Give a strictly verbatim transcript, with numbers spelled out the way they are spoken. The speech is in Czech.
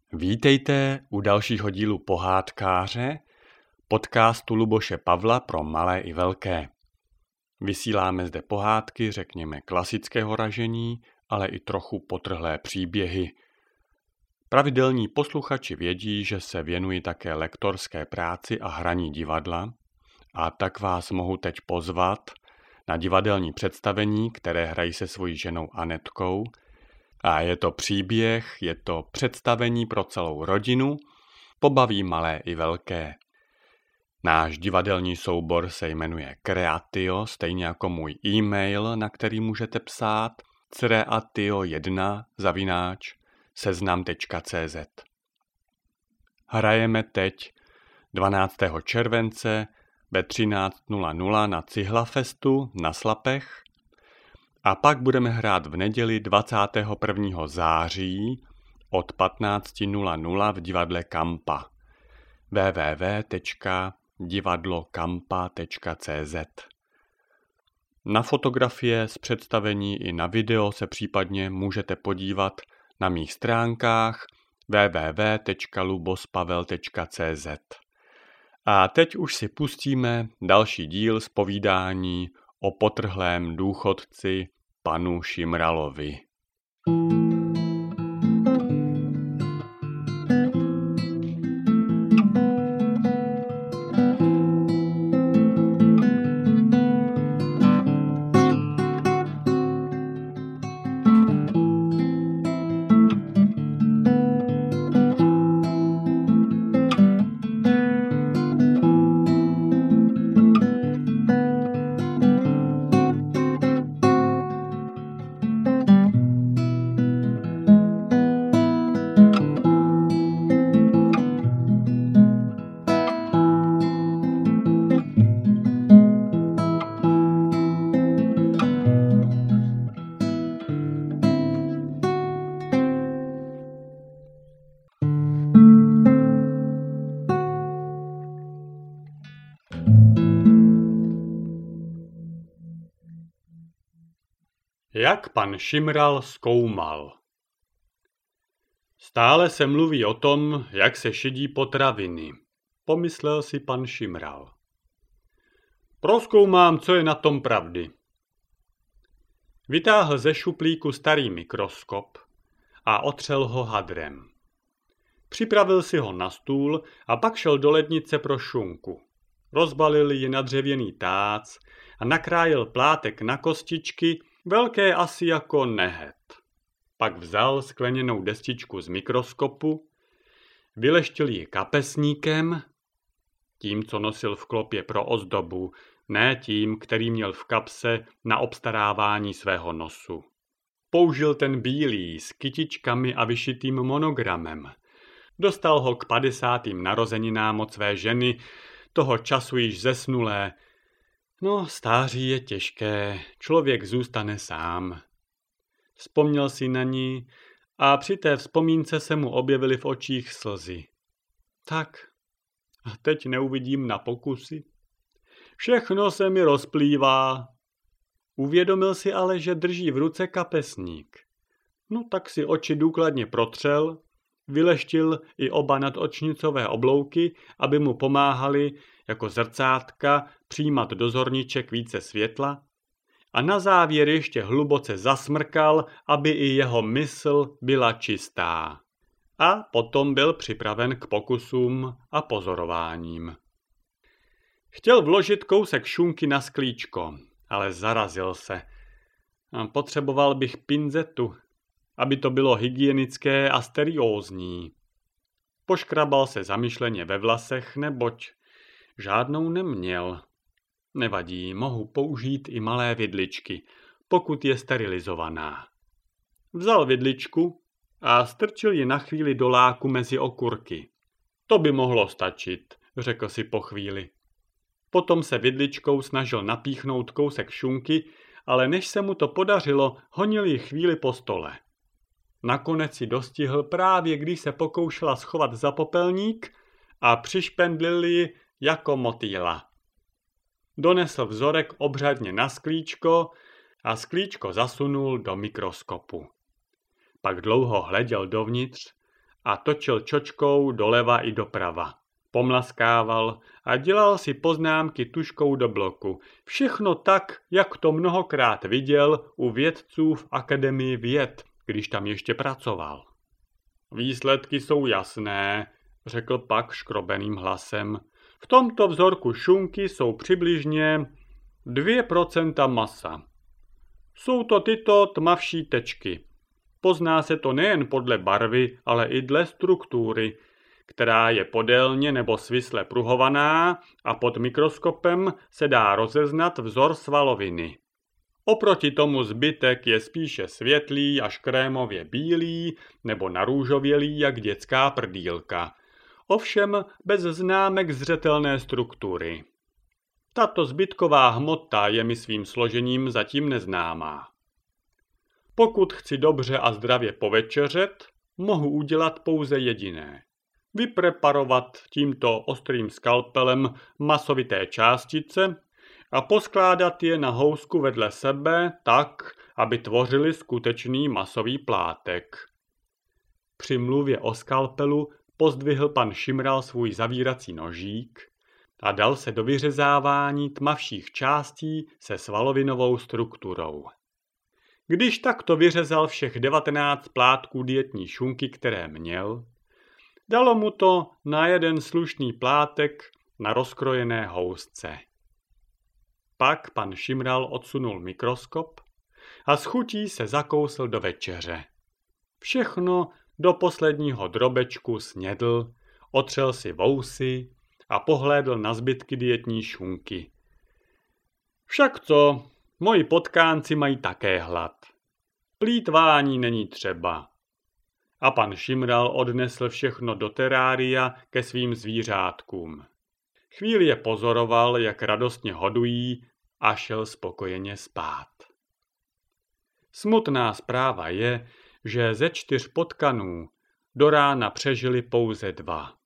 Vítejte u dalšího dílu Pohádkáře, podcastu Luboše Pavla pro malé i velké. Vysíláme zde pohádky, řekněme klasického ražení, ale i trochu potrhlé příběhy. Pravidelní posluchači vědí, že se věnuji také lektorské práci a hraní divadla, a tak vás mohu teď pozvat na divadelní představení, které hrají se svojí ženou Anetkou. A je to příběh, je to představení pro celou rodinu, pobaví malé i velké. Náš divadelní soubor se jmenuje Kreatio, stejně jako můj e-mail, na který můžete psát creatio jedna zavináč seznam tečka cé zet. Hrajeme teď dvanáctého července ve třináct nula nula na Cihlafestu na Slapech a pak budeme hrát v neděli dvacátého prvního září od patnáct nula nula v divadle Kampa. w w w tečka divadlo kampa tečka cé zet. Na fotografie z představení i na video se případně můžete podívat na mých stránkách w w w tečka lubospavel tečka cé zet. A teď už si pustíme další díl z povídání o potrhlém důchodci panu Šimralovi. Jak pan Šimral zkoumal. Stále se mluví o tom, jak se šidí potraviny, pomyslel si pan Šimral. Prozkoumám, co je na tom pravdy. Vytáhl ze šuplíku starý mikroskop a otřel ho hadrem. Připravil si ho na stůl a pak šel do lednice pro šunku. Rozbalil ji na dřevěný tác a nakrájel plátek na kostičky, velké asi jako nehet. Pak vzal skleněnou destičku z mikroskopu, vyleštil ji kapesníkem, tím, co nosil v klopě pro ozdobu, ne tím, který měl v kapse na obstarávání svého nosu. Použil ten bílý s kytičkami a vyšitým monogramem. Dostal ho k padesátým narozeninám od své ženy, toho času již zesnulé. No, stáří je těžké, člověk zůstane sám. Vzpomněl si na ní a při té vzpomínce se mu objevily v očích slzy. Tak, a teď neuvidím na pokusy. Všechno se mi rozplývá. Uvědomil si ale, že drží v ruce kapesník. No tak si oči důkladně protřel, vyleštil i oba nadočnicové oblouky, aby mu pomáhali jako zrcátka přijímat do zorniček více světla a na závěr ještě hluboce zasmrkal, aby i jeho mysl byla čistá. A potom byl připraven k pokusům a pozorováním. Chtěl vložit kousek šunky na sklíčko, ale zarazil se. Potřeboval bych pinzetu, aby to bylo hygienické a sterilózní. Poškrabal se zamyšleně ve vlasech, neboť žádnou neměl. Nevadí, mohu použít i malé vidličky, pokud je sterilizovaná. Vzal vidličku a strčil ji na chvíli do láku mezi okurky. To by mohlo stačit, řekl si po chvíli. Potom se vidličkou snažil napíchnout kousek šunky, ale než se mu to podařilo, honil ji chvíli po stole. Nakonec ji dostihl právě, když se pokoušela schovat za popelník a přišpendlil ji jako motýla. Donesl vzorek obřadně na sklíčko a sklíčko zasunul do mikroskopu. Pak dlouho hleděl dovnitř a točil čočkou doleva i doprava. Pomlaskával a dělal si poznámky tužkou do bloku. Všechno tak, jak to mnohokrát viděl u vědců v Akademii věd, když tam ještě pracoval. Výsledky jsou jasné, řekl pak škrobeným hlasem. V tomto vzorku šunky jsou přibližně dvě procenta masa. Jsou to tyto tmavší tečky. Pozná se to nejen podle barvy, ale i dle struktury, která je podélně nebo svisle pruhovaná a pod mikroskopem se dá rozeznat vzor svaloviny. Oproti tomu zbytek je spíše světlý až krémově bílý nebo narůžovělý jak dětská prdýlka. Ovšem bez známek zřetelné struktury. Tato zbytková hmota je mi svým složením zatím neznámá. Pokud chci dobře a zdravě povečeřet, mohu udělat pouze jediné. Vypreparovat tímto ostrým skalpelem masovité částice a poskládat je na housku vedle sebe tak, aby tvořily skutečný masový plátek. Při mluvě o skalpelu pozdvihl pan Šimral svůj zavírací nožík a dal se do vyřezávání tmavších částí se svalovinovou strukturou. Když takto vyřezal všech devatenáct plátků dietní šunky, které měl, dalo mu to na jeden slušný plátek na rozkrojené housce. Pak pan Šimral odsunul mikroskop a s chutí se zakousl do večeře. Všechno do posledního drobečku snědl, otřel si vousy a pohlédl na zbytky dietní šunky. Však co, moji potkánci mají také hlad. Plýtvání není třeba. A pan Šimral odnesl všechno do terária ke svým zvířátkům. Chvíli je pozoroval, jak radostně hodují, a šel spokojeně spát. Smutná zpráva je, že ze čtyř potkanů do rána přežili pouze dva.